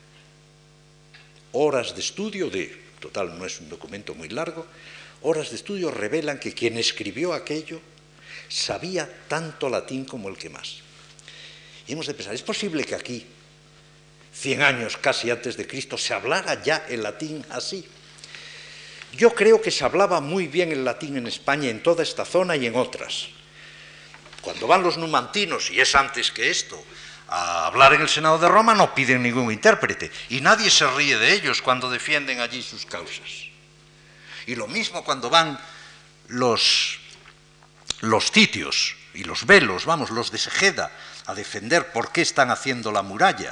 A: Horas de estudio, de, total no es un documento muy largo, horas de estudio revelan que quien escribió aquello sabía tanto latín como el que más. Y hemos de pensar, ¿es posible que aquí, cien años casi antes de Cristo, se hablara ya el latín así? Yo creo que se hablaba muy bien el latín en España, en toda esta zona y en otras. Cuando van los numantinos, y es antes que esto, a hablar en el Senado de Roma, no piden ningún intérprete, y nadie se ríe de ellos cuando defienden allí sus causas. Y lo mismo cuando van los, los citios, y los velos, vamos, los de Segeda, a defender por qué están haciendo la muralla.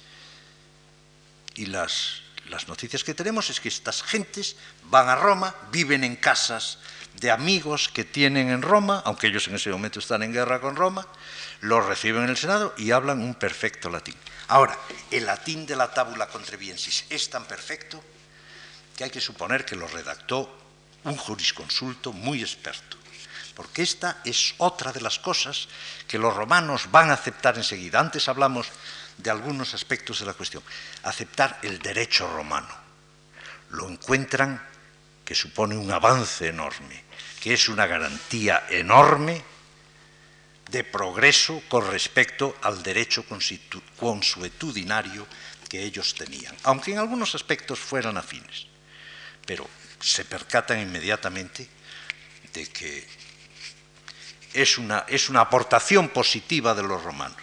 A: Y las, las noticias que tenemos es que estas gentes van a Roma, viven en casas de amigos que tienen en Roma, aunque ellos en ese momento están en guerra con Roma, los reciben en el Senado y hablan un perfecto latín. Ahora, el latín de la Tabula Contrebiensis es tan perfecto que hay que suponer que lo redactó un jurisconsulto muy experto, porque esta es otra de las cosas que los romanos van a aceptar enseguida. Antes hablamos de algunos aspectos de la cuestión. Aceptar el derecho romano. Lo encuentran que supone un avance enorme, que es una garantía enorme de progreso con respecto al derecho consuetudinario que ellos tenían, aunque en algunos aspectos fueran afines. Pero se percatan inmediatamente de que es una, es una aportación positiva de los romanos.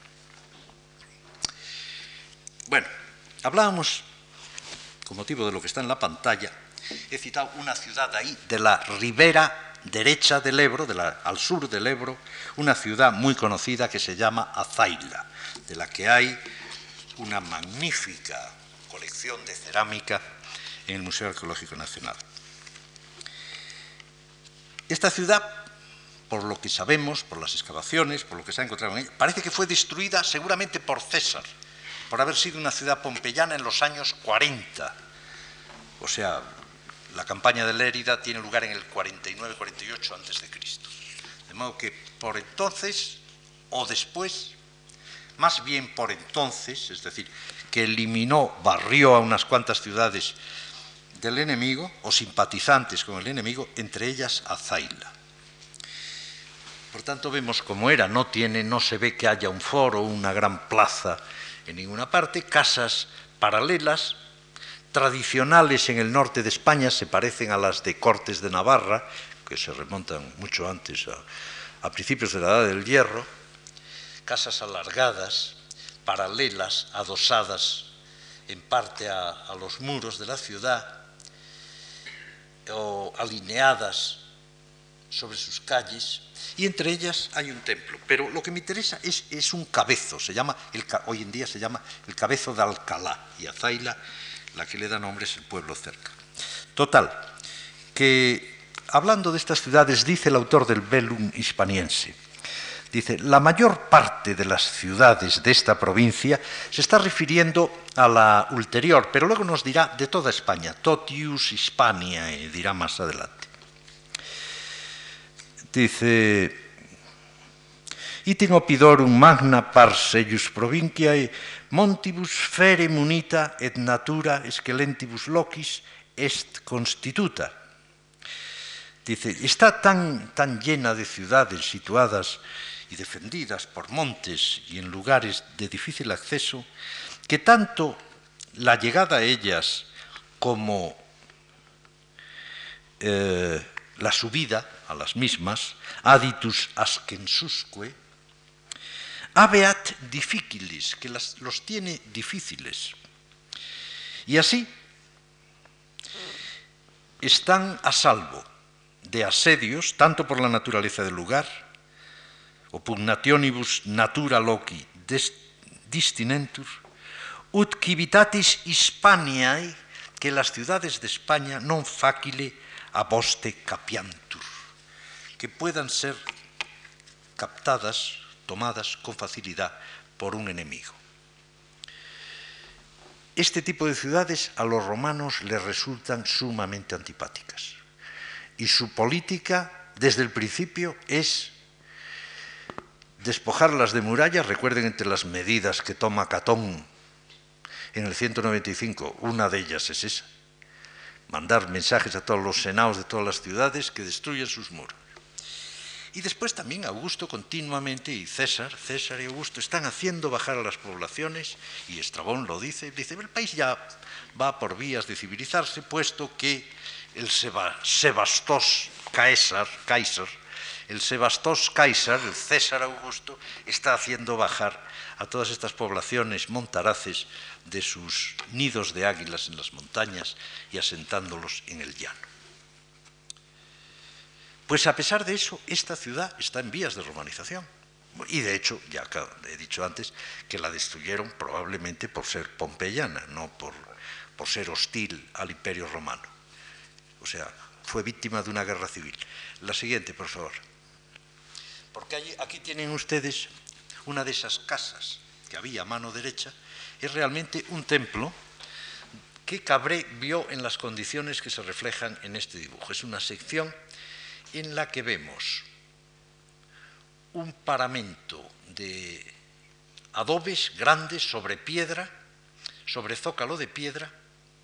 A: Bueno, hablábamos, con motivo de lo que está en la pantalla, he citado una ciudad ahí de la ribera derecha del Ebro, de la, al sur del Ebro, una ciudad muy conocida que se llama Azaila, de la que hay una magnífica colección de cerámica en el Museo Arqueológico Nacional. Esta ciudad, por lo que sabemos, por las excavaciones, por lo que se ha encontrado en ella, parece que fue destruida seguramente por César, por haber sido una ciudad pompeyana en los años cuarenta. O sea, la campaña de Lérida tiene lugar en el cuarenta y nueve cuarenta y ocho antes de Cristo. De modo que por entonces, o después, más bien por entonces, es decir, que eliminó, barrió a unas cuantas ciudades del enemigo, o simpatizantes con el enemigo, entre ellas Azaila. Por tanto, vemos cómo era, no tiene, no se ve que haya un foro, una gran plaza en ninguna parte, casas paralelas, tradicionales en el norte de España, se parecen a las de Cortes de Navarra, que se remontan mucho antes, a, a principios de la Edad del Hierro, casas alargadas, paralelas, adosadas en parte a, a los muros de la ciudad, o alineadas sobre sus calles, y entre ellas hay un templo. Pero lo que me interesa es, es un cabezo, se llama el, hoy en día se llama el Cabezo de Alcalá, y Azaila, la que le da nombre, es el pueblo cerca. Total, que hablando de estas ciudades, dice el autor del Velum Hispaniense, dice, la mayor parte de las ciudades de esta provincia se está refiriendo a la ulterior, pero luego nos dirá de toda España, totius Hispaniae, dirá más adelante. Dice, itin opidorum magna pars eius provinciae montibus fere munita et natura scelentibus locis est constituta. Dice, está tan, tan llena de ciudades situadas y defendidas por montes y en lugares de difícil acceso, que tanto la llegada a ellas como eh, la subida a las mismas, aditus ascensusque, habeat difficilis, que las, los tiene difíciles. Y así están a salvo de asedios, tanto por la naturaleza del lugar, o pugnationibus natura loci distinentur, ut civitatis Hispaniae, que las ciudades de España non facile a poste capiantur, que puedan ser captadas, tomadas con facilidad por un enemigo. Este tipo de ciudades a los romanos les resultan sumamente antipáticas, y su política desde el principio es despojarlas de murallas. Recuerden, entre las medidas que toma Catón en el ciento noventa y cinco, una de ellas es esa, mandar mensajes a todos los senados de todas las ciudades que destruyan sus muros. Y después también Augusto continuamente, y César, César y Augusto están haciendo bajar a las poblaciones, y Estrabón lo dice, dice, el país ya va por vías de civilizarse, puesto que el Sebastos Caesar, Kaiser, el Sebastos Kaiser, el César Augusto, está haciendo bajar a todas estas poblaciones montaraces de sus nidos de águilas en las montañas y asentándolos en el llano. Pues a pesar de eso, esta ciudad está en vías de romanización. Y de hecho, ya he dicho antes, que la destruyeron probablemente por ser pompeyana, no por, por ser hostil al Imperio Romano. O sea, fue víctima de una guerra civil. La siguiente, por favor. Porque allí, aquí tienen ustedes una de esas casas que había a mano derecha. Es realmente un templo que Cabré vio en las condiciones que se reflejan en este dibujo. Es una sección en la que vemos un paramento de adobes grandes sobre piedra, sobre zócalo de piedra.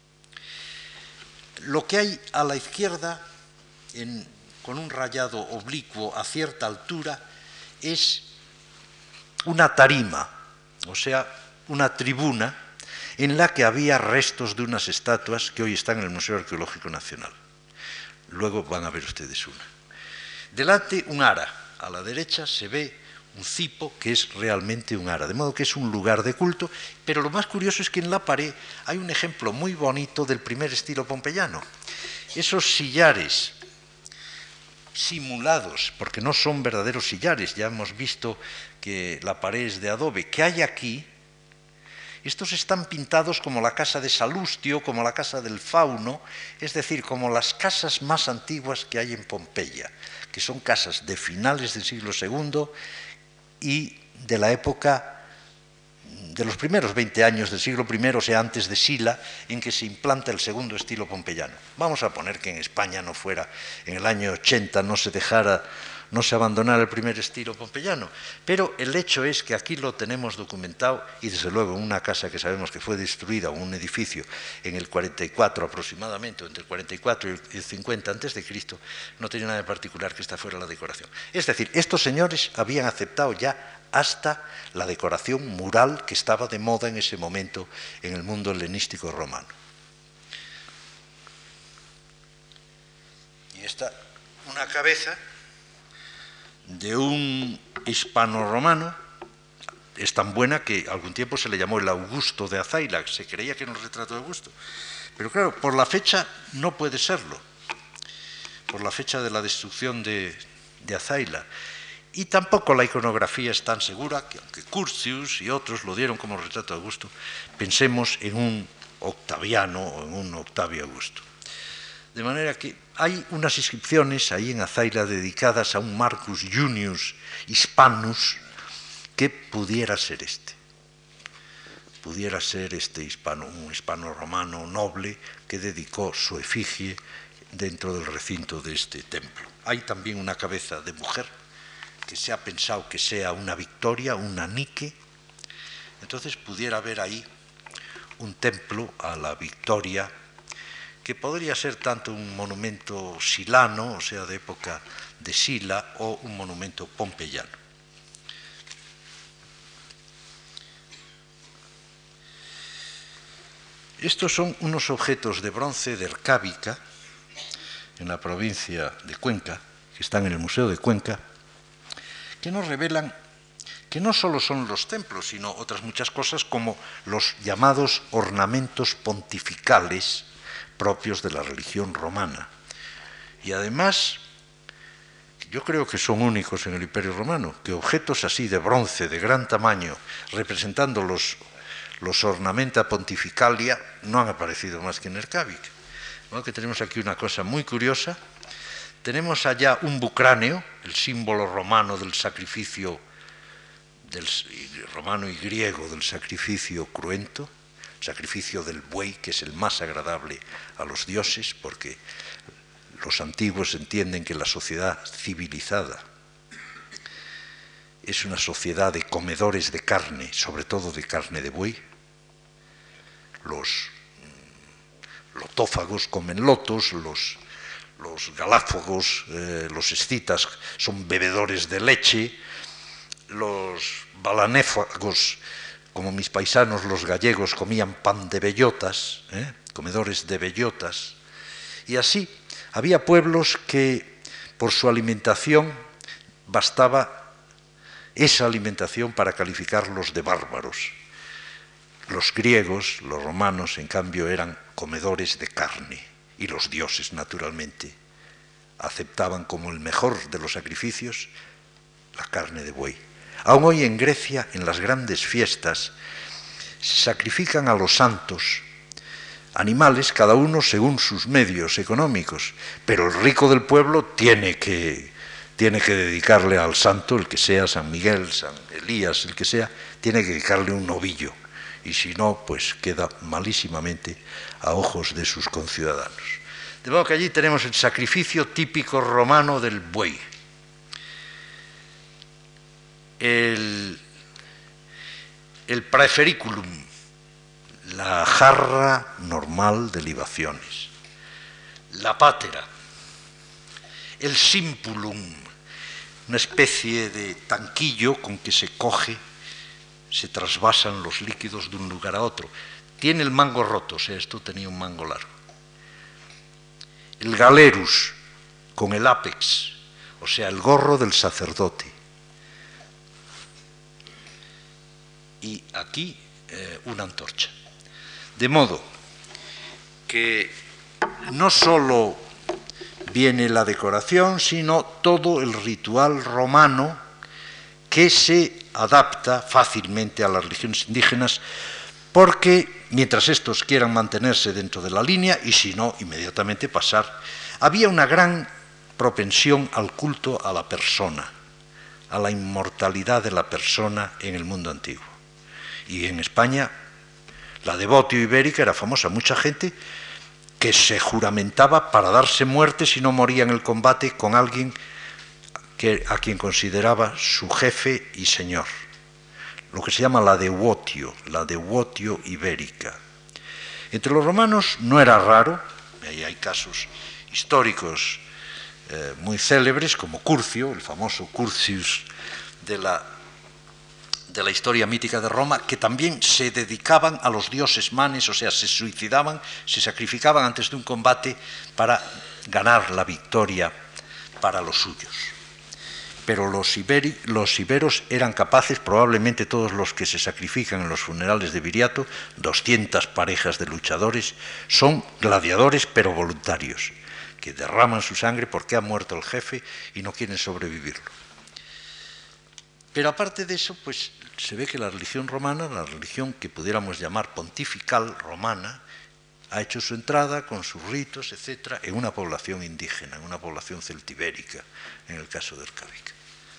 A: Lo que hay a la izquierda, en, con un rayado oblicuo a cierta altura, es una tarima, o sea, una tribuna en la que había restos de unas estatuas que hoy están en el Museo Arqueológico Nacional. Luego van a ver ustedes una. Delante un ara. A la derecha se ve un cipo que es realmente un ara, de modo que es un lugar de culto, pero lo más curioso es que en la pared hay un ejemplo muy bonito del primer estilo pompeyano. Esos sillares simulados, porque no son verdaderos sillares, ya hemos visto que la pared es de adobe, que hay aquí, estos están pintados como la casa de Salustio, como la casa del Fauno, es decir, como las casas más antiguas que hay en Pompeya, que son casas de finales del siglo segundo y de la época de los primeros veinte años del siglo primero, o sea, antes de Sila, en que se implanta el segundo estilo pompeyano. Vamos a poner que en España no fuera, en el año ochenta no se dejara, no se abandonara el primer estilo pompeyano, pero el hecho es que aquí lo tenemos documentado y desde luego en una casa que sabemos que fue destruida, o un edificio en el cuarenta y cuatro aproximadamente, o entre el cuarenta y cuatro y el cincuenta antes de Cristo, no tenía nada de particular que esta fuera la decoración. Es decir, estos señores habían aceptado ya hasta la decoración mural que estaba de moda en ese momento en el mundo helenístico romano. Y esta, una cabeza de un hispano-romano, es tan buena que algún tiempo se le llamó el Augusto de Azaila, se creía que era un retrato de Augusto. Pero claro, por la fecha no puede serlo, por la fecha de la destrucción de, de Azaila. Y tampoco la iconografía es tan segura, que aunque Curtius y otros lo dieron como retrato de Augusto, pensemos en un Octaviano o en un Octavio Augusto. De manera que hay unas inscripciones ahí en Azaila dedicadas a un Marcus Junius Hispanus que pudiera ser este. Pudiera ser este hispano, un hispano romano noble que dedicó su efigie dentro del recinto de este templo. Hay también una cabeza de mujer que se ha pensado que sea una Victoria, una Nike. Entonces pudiera haber ahí un templo a la Victoria que podría ser tanto un monumento silano, o sea, de época de Sila, o un monumento pompeyano. Estos son unos objetos de bronce de Ercábica, en la provincia de Cuenca, que están en el Museo de Cuenca, que nos revelan que no solo son los templos, sino otras muchas cosas como los llamados ornamentos pontificales propios de la religión romana. Y además, yo creo que son únicos en el Imperio Romano, que objetos así de bronce, de gran tamaño, representando los, los ornamenta pontificalia, no han aparecido más que en Ercábica. ¿No? Que tenemos aquí una cosa muy curiosa. Tenemos allá un bucráneo, el símbolo romano del sacrificio, del, romano y griego del sacrificio cruento, sacrificio del buey, que es el más agradable a los dioses, porque los antiguos entienden que la sociedad civilizada es una sociedad de comedores de carne, sobre todo de carne de buey. Los lotófagos comen lotos, los, los galáfagos, eh, los escitas son bebedores de leche, los balanéfagos, como mis paisanos los gallegos, comían pan de bellotas, ¿eh? comedores de bellotas. Y así había pueblos que por su alimentación bastaba esa alimentación para calificarlos de bárbaros. Los griegos, los romanos, en cambio, eran comedores de carne, y los dioses, naturalmente, aceptaban como el mejor de los sacrificios la carne de buey. Aún hoy en Grecia, en las grandes fiestas, se sacrifican a los santos animales, cada uno según sus medios económicos, pero el rico del pueblo tiene que, tiene que dedicarle al santo, el que sea, San Miguel, San Elías, el que sea, tiene que dedicarle un novillo, y si no, pues queda malísimamente a ojos de sus conciudadanos. De modo que allí tenemos el sacrificio típico romano del buey. El, el praefericulum, la jarra normal de libaciones, la pátera, el simpulum, una especie de tanquillo con que se coge, se trasvasan los líquidos de un lugar a otro. Tiene el mango roto, o sea, esto tenía un mango largo. El galerus, con el ápex, o sea, el gorro del sacerdote. Y aquí eh, una antorcha. De modo que no solo viene la decoración, sino todo el ritual romano que se adapta fácilmente a las religiones indígenas, porque mientras estos quieran mantenerse dentro de la línea, y si no, inmediatamente pasar, había una gran propensión al culto a la persona, a la inmortalidad de la persona en el mundo antiguo. Y en España, la devotio ibérica era famosa. Mucha gente que se juramentaba para darse muerte si no moría en el combate con alguien que, a quien consideraba su jefe y señor. Lo que se llama la devotio, la devotio ibérica. Entre los romanos no era raro, ahí hay casos históricos eh, muy célebres, como Curcio, el famoso Curtius de la de la historia mítica de Roma, que también se dedicaban a los dioses manes, o sea, se suicidaban, se sacrificaban antes de un combate para ganar la victoria para los suyos. Pero los, iberi, los iberos eran capaces, probablemente todos los que se sacrifican en los funerales de Viriato, doscientas parejas de luchadores, son gladiadores pero voluntarios, que derraman su sangre porque ha muerto el jefe y no quieren sobrevivirlo. Pero aparte de eso, pues se ve que la religión romana, la religión que pudiéramos llamar pontifical romana, ha hecho su entrada con sus ritos, etcétera, en una población indígena, en una población celtibérica, en el caso del Cabic.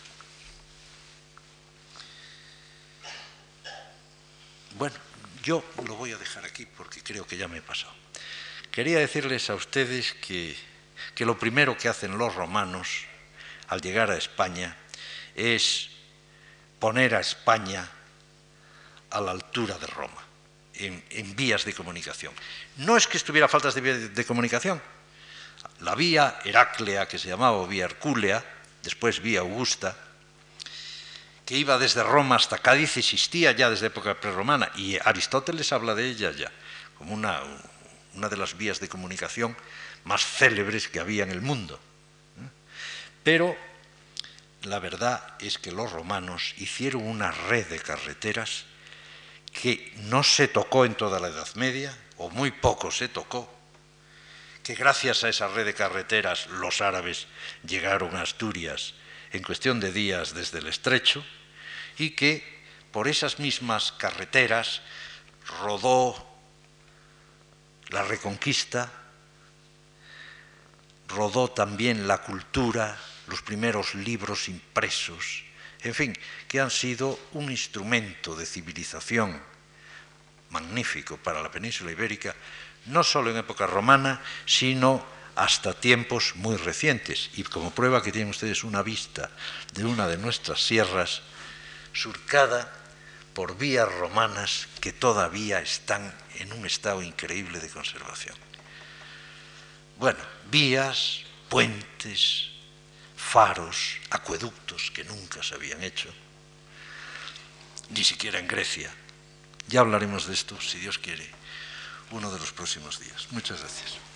A: Bueno, yo lo voy a dejar aquí porque creo que ya me he pasado. Quería decirles a ustedes que, que lo primero que hacen los romanos al llegar a España es poner a España a la altura de Roma, en, en vías de comunicación. No es que estuviera faltas de vías de, de comunicación. La vía Heráclea, que se llamaba vía Hercúlea, después vía Augusta, que iba desde Roma hasta Cádiz, existía ya desde época prerromana, y Aristóteles habla de ella ya, como una, una de las vías de comunicación más célebres que había en el mundo. Pero la verdad es que los romanos hicieron una red de carreteras que no se tocó en toda la Edad Media, o muy poco se tocó, que gracias a esa red de carreteras los árabes llegaron a Asturias en cuestión de días desde el Estrecho, y que por esas mismas carreteras rodó la Reconquista, rodó también la cultura, los primeros libros impresos, en fin, que han sido un instrumento de civilización magnífico para la península ibérica, no solo en época romana, sino hasta tiempos muy recientes. Y como prueba que tienen ustedes una vista de una de nuestras sierras surcada por vías romanas que todavía están en un estado increíble de conservación. Bueno, vías, puentes, faros, acueductos que nunca se habían hecho, ni siquiera en Grecia. Ya hablaremos de esto, si Dios quiere, uno de los próximos días. Muchas gracias.